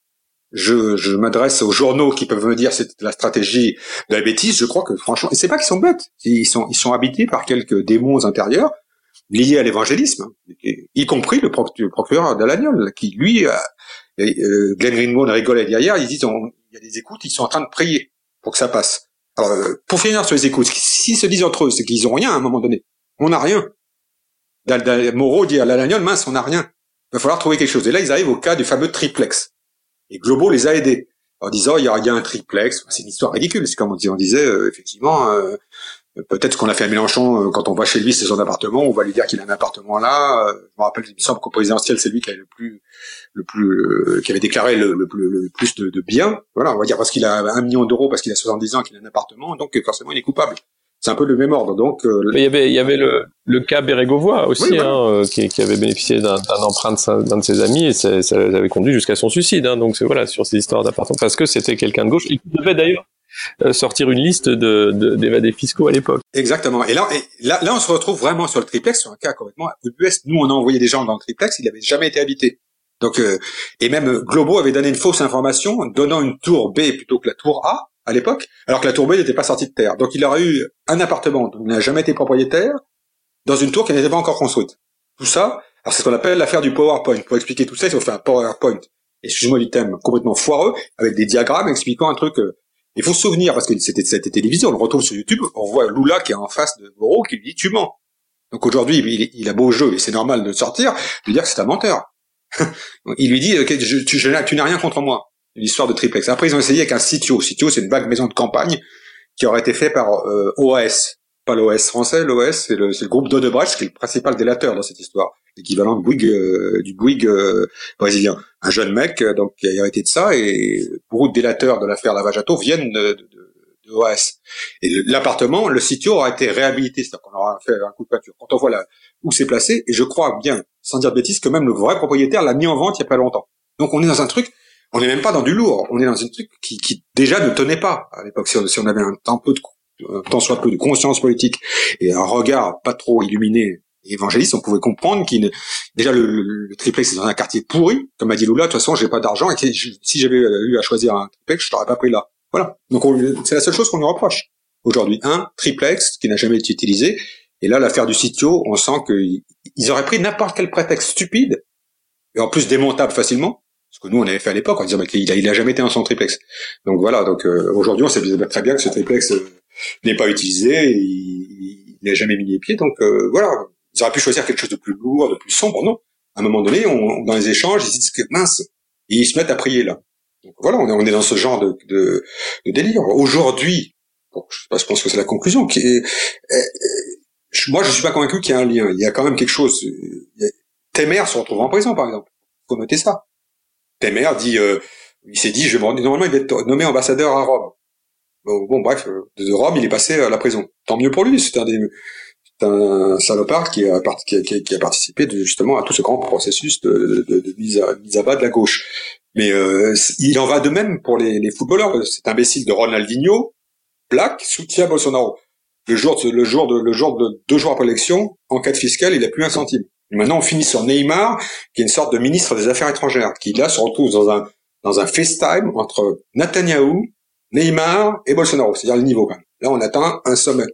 Je, je m'adresse aux journaux qui peuvent me dire c'est la stratégie de la bêtise. Je crois que franchement, et c'est pas qu'ils sont bêtes, ils sont, ils sont habités par quelques démons intérieurs liés à l'évangélisme, y compris le procureur Dalagnol, qui lui, euh, euh, Glenn Greenwald rigolait derrière, ils disent on, il y a des écoutes, ils sont en train de prier pour que ça passe. Alors, euh, pour finir sur les écoutes, s'ils se disent entre eux, c'est qu'ils ont rien à un moment donné. On n'a rien. Dal, Dal, Moreau dit à Dalagnol, mince, on n'a rien. Il va falloir trouver quelque chose. Et là, ils arrivent au cas du fameux triplex. Et Globo les a aidés en disant il y a, il y a un triplex. C'est une histoire ridicule. C'est comme on, dit, on disait euh, effectivement euh, peut-être qu'on a fait à Mélenchon euh, quand on va chez lui, c'est son appartement. On va lui dire qu'il a un appartement là. Euh, je me rappelle, il me semble qu'au présidentiel, c'est lui qui avait le plus, le plus, euh, qui avait déclaré le, le, le, le plus de, de biens. Voilà, on va dire parce qu'il a un million d'euros, parce qu'il a soixante-dix ans, qu'il a un appartement, donc forcément il est coupable. C'est un peu le même ordre. Donc, euh, mais il y avait, il y avait le, le cas Bérégovoy aussi, oui, voilà. hein, qui, qui avait bénéficié d'un, d'un emprunt de d'un de ses amis et ça, ça avait conduit jusqu'à son suicide. Hein, donc c'est voilà sur ces histoires d'appartements parce que c'était quelqu'un de gauche et qui devait d'ailleurs euh, sortir une liste de, de d'évadés fiscaux à l'époque. Exactement. Et là, et là, là, on se retrouve vraiment sur le triplex, sur un cas complètement ubuesque. Nous, on a envoyé des gens dans le triplex, il n'avait jamais été habité. Donc, euh, et même Globo avait donné une fausse information, donnant une tour B plutôt que la tour A. À l'époque, alors que la tour B n'était pas sortie de terre. Donc il aurait eu un appartement dont il n'a jamais été propriétaire dans une tour qui n'était pas encore construite. Tout ça, alors c'est ce qu'on appelle l'affaire du PowerPoint. Pour expliquer tout ça, il faut faire un PowerPoint. Excuse-moi du thème, complètement foireux, avec des diagrammes expliquant un truc. Euh, il faut se souvenir, parce que c'était, c'était télévisé, on le retrouve sur YouTube, on voit Lula qui est en face de Moreau qui lui dit tu mens. Donc aujourd'hui, il, il a beau jeu, et c'est normal de sortir, de dire que c'est un menteur. Il lui dit, okay, je, tu, je, tu n'as rien contre moi. L'histoire de triplex. Après, ils ont essayé avec un sitio. Sitio, c'est une vague maison de campagne qui aurait été fait par euh, O A S. Pas l'O S français, l'O S, c'est le, c'est le groupe d'Odebrecht qui est le principal délateur dans cette histoire. L'équivalent de Bouygues, euh, du Bouygues euh, brésilien. Un jeune mec, euh, donc, qui a hérité de ça, et beaucoup de délateurs de l'affaire Lavajato viennent de, de, de O A S. Et l'appartement, le sitio aura été réhabilité, c'est-à-dire qu'on aura fait un coup de peinture. Quand on voit là où c'est placé, et je crois bien, sans dire de bêtises, que même le vrai propriétaire l'a mis en vente il y a pas longtemps. Donc on est dans un truc, on n'est même pas dans du lourd, on est dans un truc qui, qui déjà ne tenait pas à l'époque. Si on, si on avait un, un peu de, un tant soit peu de conscience politique et un regard pas trop illuminé et évangéliste, on pouvait comprendre qu'il ne, déjà le, le, le triplex c'est dans un quartier pourri, comme a dit Lula. De toute façon, j'ai pas d'argent et si, si j'avais eu à choisir un triplex, je t'aurais pas pris là. Voilà. Donc on, c'est la seule chose qu'on nous reproche aujourd'hui. Un triplex qui n'a jamais été utilisé. Et là, l'affaire du sitio, on sent qu'ils auraient pris n'importe quel prétexte stupide et en plus démontable facilement. Ce que nous, on avait fait à l'époque en disant qu'il a, il a jamais été un son triplex. Donc voilà. Donc euh, aujourd'hui, on sait très bien que ce triplex euh, n'est pas utilisé. Et il n'a jamais mis les pieds. Donc euh, voilà. Ils auraient pu choisir quelque chose de plus lourd, de plus sombre. Non. À un moment donné, on, dans les échanges, ils disent que mince. Et ils se mettent à prier là. Donc voilà, on est, on est dans ce genre de, de, de délire. Aujourd'hui, bon, je, je pense que c'est la conclusion. Qui est, euh, je, moi, je suis pas convaincu qu'il y a un lien. Il y a quand même quelque chose. A, Temer se retrouve en prison, par exemple. Faut noter ça. Temer dit, euh, il s'est dit, je vais me normalement, il va être nommé ambassadeur à Rome. Bon, bon bref, de Rome, il est passé à la prison. Tant mieux pour lui. C'est un des, c'est un salopard qui a, qui a, qui a participé de, justement à tout ce grand processus de, de, de mise à, mise à bas de la gauche. Mais euh, il en va de même pour les, les footballeurs. Cet imbécile de Ronaldinho, black, soutient Bolsonaro. Le jour, de, le jour de, le jour de deux jours après l'élection, enquête fiscale, il a plus un centime. Et maintenant, on finit sur Neymar, qui est une sorte de ministre des Affaires étrangères, qui là se retrouve dans un dans un FaceTime entre Netanyahou, Neymar et Bolsonaro. C'est-à-dire le niveau quand même. Là, on atteint un sommet.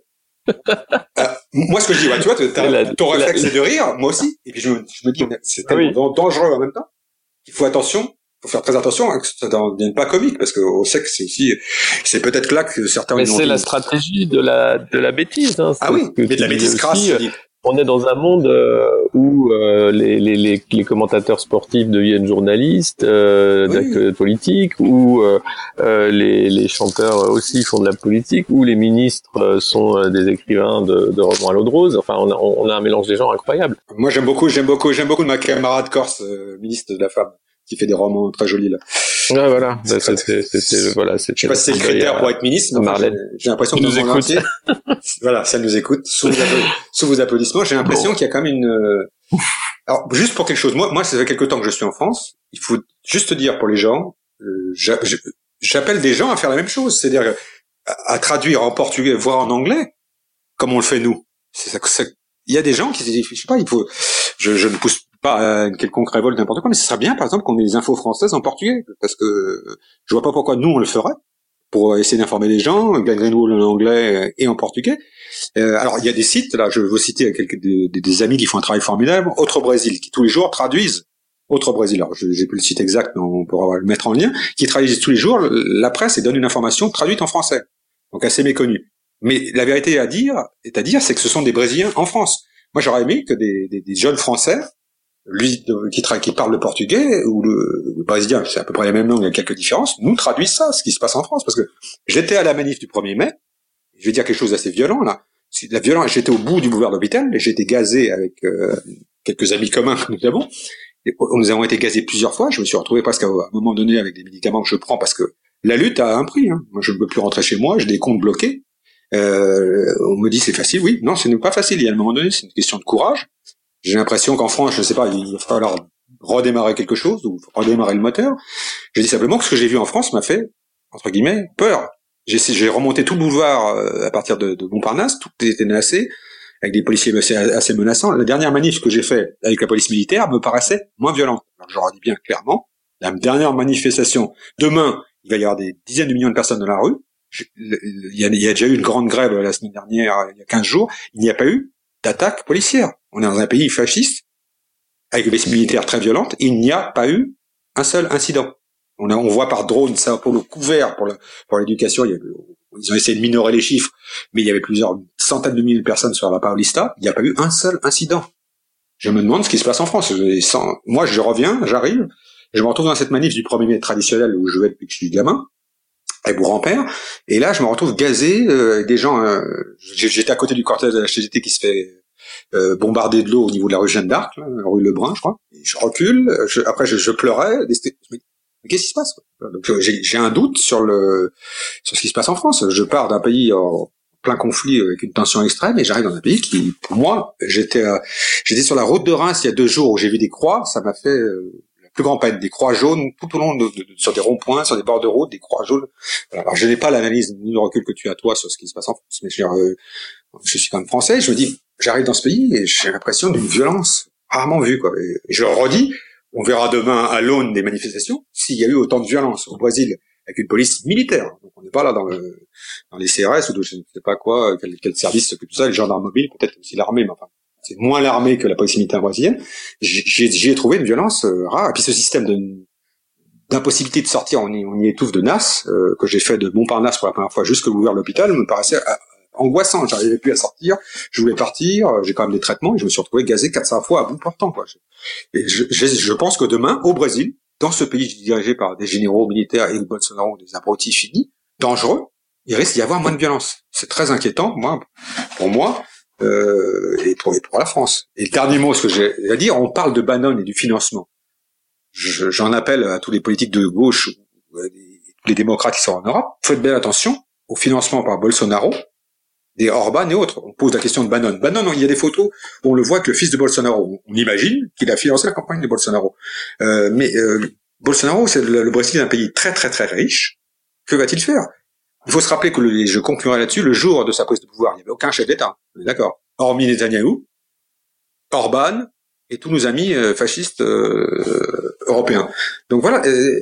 euh, moi, ce que je dis, ouais, tu vois, la, ton réflexe c'est de rire, moi aussi. Et puis je, je me dis, c'est tellement oui. dangereux en même temps. Il faut attention. Faut faire très attention hein, que ça ne devienne pas comique parce qu'on sait que c'est aussi c'est peut-être là que certains mais c'est la stratégie de la de la bêtise hein, ah oui mais de la bêtise crasse euh, on est dans un monde euh, où euh, les, les les les commentateurs sportifs deviennent journalistes euh, oui. politiques où euh, euh, les les chanteurs aussi font de la politique où les ministres sont euh, des écrivains de de romans à l'eau de rose. Enfin on a on a un mélange des genres incroyable. Moi j'aime beaucoup j'aime beaucoup j'aime beaucoup de ma camarade corse euh, ministre de la femme qui fait des romans très jolis là. Ouais, voilà. C'est, c'est, c'est, c'est, c'est voilà. C'est, je sais pas si c'est le critère pour être ministre. Mais Marlène. J'ai, j'ai l'impression que nous écoute. Voilà, ça nous écoute. Sous vos, applaudissements, sous vos applaudissements, j'ai l'impression bon. qu'il y a quand même une. Alors, juste pour quelque chose. Moi, moi, ça fait quelque temps que je suis en France. Il faut juste dire pour les gens. Euh, j'a, j'appelle des gens à faire la même chose, c'est-à-dire à, à traduire en portugais, voire en anglais, comme on le fait nous. C'est ça. ça il y a des gens qui se disent, je sais pas, il faut. Je, je ne pousse pas une quelconque révolte n'importe quoi, mais ce serait bien par exemple qu'on ait les infos françaises en portugais, parce que je vois pas pourquoi nous on le ferait pour essayer d'informer les gens, Greenwood en anglais et en portugais. Euh, alors il y a des sites là, je vais vous citer quelques des, des amis qui font un travail formidable, Autre Brésil, qui tous les jours traduisent Autre Brésil. Alors je, j'ai plus le site exact, mais on pourra le mettre en lien, qui traduisent tous les jours la presse et donne une information traduite en français, donc assez méconnue. Mais la vérité à dire, est à dire, c'est que ce sont des Brésiliens en France. Moi j'aurais aimé que des, des, des jeunes Français lui qui, tra- qui parle le portugais ou le, le brésilien, c'est à peu près la même langue, il y a quelques différences, nous traduisent ça, ce qui se passe en France, parce que j'étais à la manif du premier mai, je vais dire quelque chose d'assez violent là, c'est la violence, j'étais au bout du boulevard d'Hôpital, et j'ai été gazé avec euh, quelques amis communs que nous avons, et nous avons été gazés plusieurs fois, je me suis retrouvé presque à un moment donné avec des médicaments que je prends, parce que la lutte a un prix, hein. Moi je ne peux plus rentrer chez moi, j'ai des comptes bloqués, euh, on me dit c'est facile, oui, non c'est pas facile, il y a un moment donné, c'est une question de courage. J'ai l'impression qu'en France, je ne sais pas, il va falloir redémarrer quelque chose ou redémarrer le moteur. Je dis simplement que ce que j'ai vu en France m'a fait, entre guillemets, peur. J'ai, j'ai remonté tout le boulevard à partir de, de Montparnasse, tout était menacé, avec des policiers assez, assez menaçants. La dernière manif que j'ai fait avec la police militaire me paraissait moins violente. Alors, je leur dis bien clairement, la dernière manifestation, demain, il va y avoir des dizaines de millions de personnes dans la rue. Je, il, y a, il y a déjà eu une grande grève la semaine dernière, il y a quinze jours, il n'y a pas eu d'attaque policière. On est dans un pays fasciste, avec des bases militaires très violentes, il n'y a pas eu un seul incident. On, a, on voit par drone Sao Paulo couvert pour, le, pour l'éducation, il y a, ils ont essayé de minorer les chiffres, mais il y avait plusieurs centaines de milliers de personnes sur la Paulista, il n'y a pas eu un seul incident. je me demande ce qui se passe en France. Et sans, moi, je reviens, j'arrive, je me retrouve dans cette manif du premier mai traditionnel où je vais depuis que je suis gamin, avec mon grand-père, et là, je me retrouve gazé, euh, avec des gens, euh, j'étais à côté du cortège de la C G T qui se fait euh, bombarder de l'eau au niveau de la rue Jeanne d'Arc, là, rue Lebrun, je crois. Et je recule, je, après je, je pleurais, je me dis, mais qu'est-ce qui se passe, quoi? Donc j'ai, j'ai un doute sur le sur ce qui se passe en France. Je pars d'un pays en plein conflit avec une tension extrême et j'arrive dans un pays qui, pour moi, j'étais euh, j'étais sur la route de Reims il y a deux jours où j'ai vu des croix, ça m'a fait euh, la plus grande peine, des croix jaunes tout au long de, de, de sur des ronds-points, sur des bords de route, des croix jaunes. Alors je n'ai pas l'analyse ni le recul que tu as toi sur ce qui se passe en France, mais je, euh, je suis quand même français, je me dis, j'arrive dans ce pays et j'ai l'impression d'une violence rarement vue, quoi. Et je le redis, on verra demain à l'aune des manifestations s'il y a eu autant de violence au Brésil avec une police militaire. Donc on n'est pas là dans le dans les C R S ou je ne sais pas quoi, quel, quel service s'occupe de ça, les gendarmes mobiles, peut-être aussi l'armée, mais enfin c'est moins l'armée que la police militaire brésilienne. J'ai, j'ai trouvé une violence euh, rare. Et puis ce système de d'impossibilité de sortir, on y, on y étouffe de N A S, euh, que j'ai fait de Montparnasse pour la première fois jusqu'à ouvert l'hôpital, me paraissait euh, angoissant. J'arrivais plus à sortir, je voulais partir, j'ai quand même des traitements et je me suis retrouvé gazé quatre cents fois à bout portant, quoi. Et je, je, je pense que demain, au Brésil, dans ce pays dirigé par des généraux militaires et Bolsonaro, des abrutis finis, dangereux, il risque d'y avoir moins de violence. C'est très inquiétant, moi, pour moi, euh, et pour, et pour la France. Et le dernier mot, ce que j'ai à dire, on parle de Bannon et du financement. Je, j'en appelle à tous les politiques de gauche, les démocrates qui sont en Europe, faites bien attention au financement par Bolsonaro, des Orban et autres. On pose la question de Bannon. Bannon, il y a des photos où on le voit que le fils de Bolsonaro, on imagine qu'il a financé la campagne de Bolsonaro. Euh, mais euh, Bolsonaro, c'est le, le Brésil est un pays très très très riche. Que va-t-il faire? Il faut se rappeler que, le, je conclurai là-dessus, le jour de sa prise de pouvoir, il n'y avait aucun chef d'État. D'accord. Hormis Netanyahou, Orban et tous nos amis euh, fascistes euh, européens. Donc voilà, euh,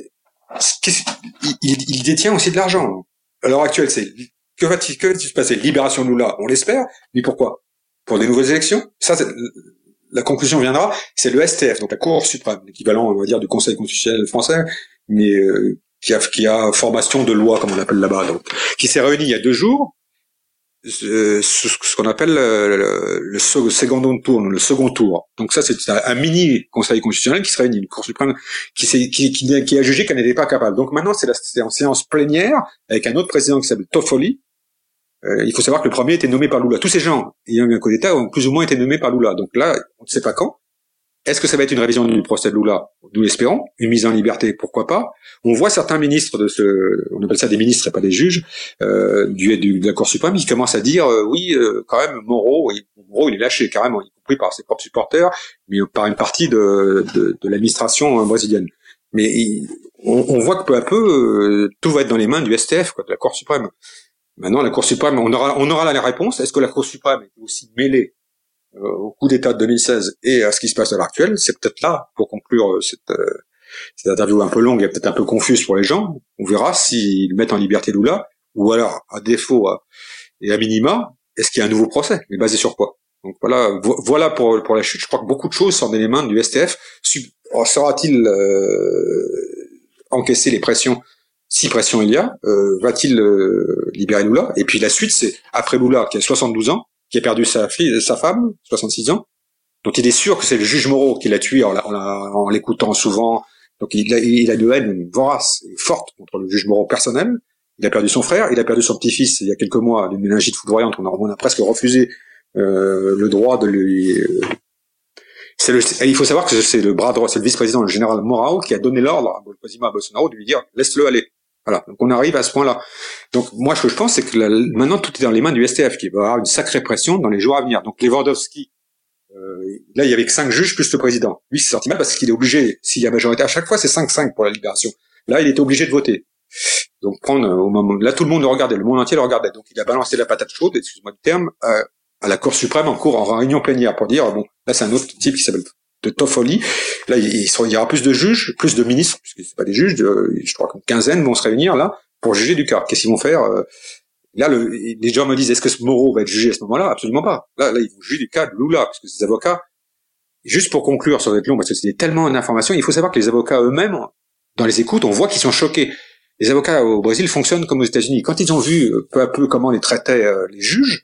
il, il, il détient aussi de l'argent. À l'heure actuelle, c'est que va-t-il, que va-t-il se passer? Libération de Lula, on l'espère, mais pourquoi? Pour des nouvelles élections? Ça, c'est, la conclusion viendra, c'est le S T F, donc la Cour suprême, l'équivalent, on va dire, du Conseil constitutionnel français, mais euh, qui a qui a formation de loi, comme on l'appelle là-bas, donc qui s'est réuni il y a deux jours, euh, ce, ce qu'on appelle le, le, le second tour, le second tour. Donc ça, c'est un, un mini Conseil constitutionnel qui se réunit, une Cour suprême qui, s'est, qui, qui, qui a jugé qu'elle n'était pas capable. Donc maintenant, c'est, la, c'est en séance plénière avec un autre président qui s'appelle Toffoli. Euh, il faut savoir que le premier était nommé par Lula. Tous ces gens ayant eu un coup d'État ont plus ou moins été nommés par Lula. Donc là, on ne sait pas quand. Est-ce que ça va être une révision du procès de Lula? Nous l'espérons. Une mise en liberté, pourquoi pas? On voit certains ministres de ce, on appelle ça des ministres et pas des juges, euh, du, du de la Cour suprême, ils commencent à dire euh, oui, euh, quand même, Moro, il, Moro, il est lâché carrément, y compris par ses propres supporters, mais par une partie de, de, de l'administration brésilienne. Mais il, on, on voit que peu à peu, euh, tout va être dans les mains du S T F, quoi, de la Cour suprême. Maintenant, la Cour suprême, on aura, on aura là la réponse. Est-ce que la Cour suprême est aussi mêlée euh, au coup d'État de deux mille seize et à ce qui se passe à l'heure actuelle? C'est peut-être là, pour conclure euh, cette, euh, cette interview un peu longue et peut-être un peu confuse pour les gens. On verra s'ils mettent en liberté Lula, ou alors, à défaut à, et à minima, est-ce qu'il y a un nouveau procès, mais basé sur quoi? Donc voilà, vo- voilà pour, pour la chute. Je crois que beaucoup de choses sont dans les mains du S T F. Sub- Saura-t-il euh, encaisser les pressions? Si pression il y a, euh, va-t-il euh, libérer Lula? Et puis la suite, c'est après Lula, qui a soixante-douze ans, qui a perdu sa fille, sa femme, soixante-six ans, dont il est sûr que c'est le juge Moreau qui l'a tué en, en, en l'écoutant souvent. Donc il a, il a une haine vorace et forte contre le juge Moreau personnel. Il a perdu son frère, il a perdu son petit-fils il y a quelques mois d'une méningite foudroyante. On a, on a presque refusé euh, le droit de lui... Euh, c'est le, il faut savoir que c'est le bras droit, c'est le vice-président, le général Mourão, qui a donné l'ordre à Quasimodo Bolsonaro de lui dire « laisse-le aller ». Voilà, donc on arrive à ce point-là. Donc moi, ce que je pense, c'est que la, maintenant, tout est dans les mains du S T F, qui va avoir une sacrée pression dans les jours à venir. Donc Lewandowski, euh, là, il y avait que cinq juges plus le président. Lui, c'est sorti mal parce qu'il est obligé, s'il y a majorité, à chaque fois, c'est cinq cinq pour la libération. Là, il était obligé de voter. Donc prendre euh, au moment, là, tout le monde le regardait, le monde entier le regardait. Donc il a balancé la patate chaude, excuse-moi le terme, à, à la Cour suprême en cours, en réunion plénière pour dire, bon, là, c'est un autre type qui s'appelle de Toffoli. Là, il, il y aura plus de juges, plus de ministres, puisque c'est pas des juges, de, je crois qu'une quinzaine vont se réunir là pour juger du cas. Qu'est-ce qu'ils vont faire? Là, le, les gens me disent, est-ce que ce Moreau va être jugé à ce moment-là? Absolument pas. Là, là, ils vont juger du cas de Lula, parce que ces avocats, juste pour conclure, ça va être long, parce que c'est tellement d'informations, il faut savoir que les avocats eux-mêmes, dans les écoutes, on voit qu'ils sont choqués. Les avocats au Brésil fonctionnent comme aux États-Unis. Quand ils ont vu peu à peu comment les traitaient euh, les juges,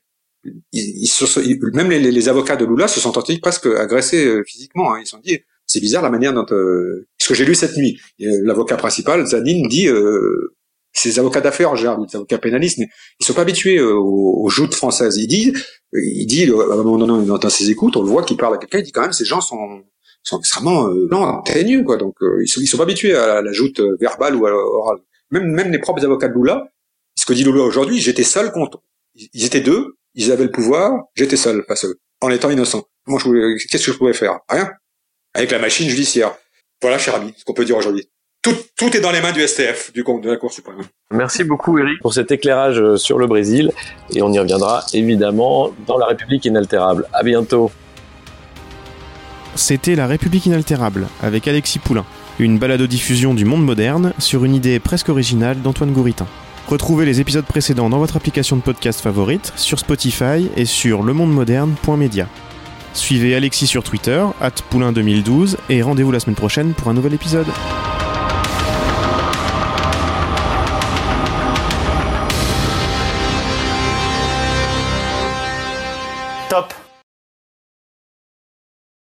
ils, ils se, ils, même les, les avocats de Lula se sont sentis presque agressés euh, physiquement. Hein. Ils se sont dit, c'est bizarre la manière dont... Euh, ce que j'ai lu cette nuit, l'avocat principal, Zanin, dit... Euh, ces avocats d'affaires, en général, les avocats pénalistes, mais ils sont pas habitués euh, aux, aux joutes françaises. Il dit, il dit, à un moment donné, dans ses écoutes, on le voit qu'il parle à quelqu'un, il dit quand même, ces gens sont, sont extrêmement, euh, non, ténueux, quoi. Donc, euh, ils sont, ils sont pas habitués à la, la joute verbale ou à l'orale. Même, même les propres avocats de Lula, ce que dit Lula aujourd'hui, j'étais seul contre, ils étaient deux, ils avaient le pouvoir, j'étais seul face à eux, en étant innocent. Moi, je voulais, qu'est-ce que je pouvais faire? Rien. Avec la machine judiciaire. Voilà, cher ami, ce qu'on peut dire aujourd'hui. Tout, tout est dans les mains du S T F, du de la Cour suprême. Merci beaucoup, Eric, pour cet éclairage sur le Brésil. Et on y reviendra, évidemment, dans La République inaltérable. À bientôt. C'était La République inaltérable, avec Alexis Poulain. Une balado-diffusion du monde moderne sur une idée presque originale d'Antoine Gouritin. Retrouvez les épisodes précédents dans votre application de podcast favorite, sur Spotify et sur lemondemoderne point media. Suivez Alexis sur Twitter, arobase poulain deux mille douze, et rendez-vous la semaine prochaine pour un nouvel épisode.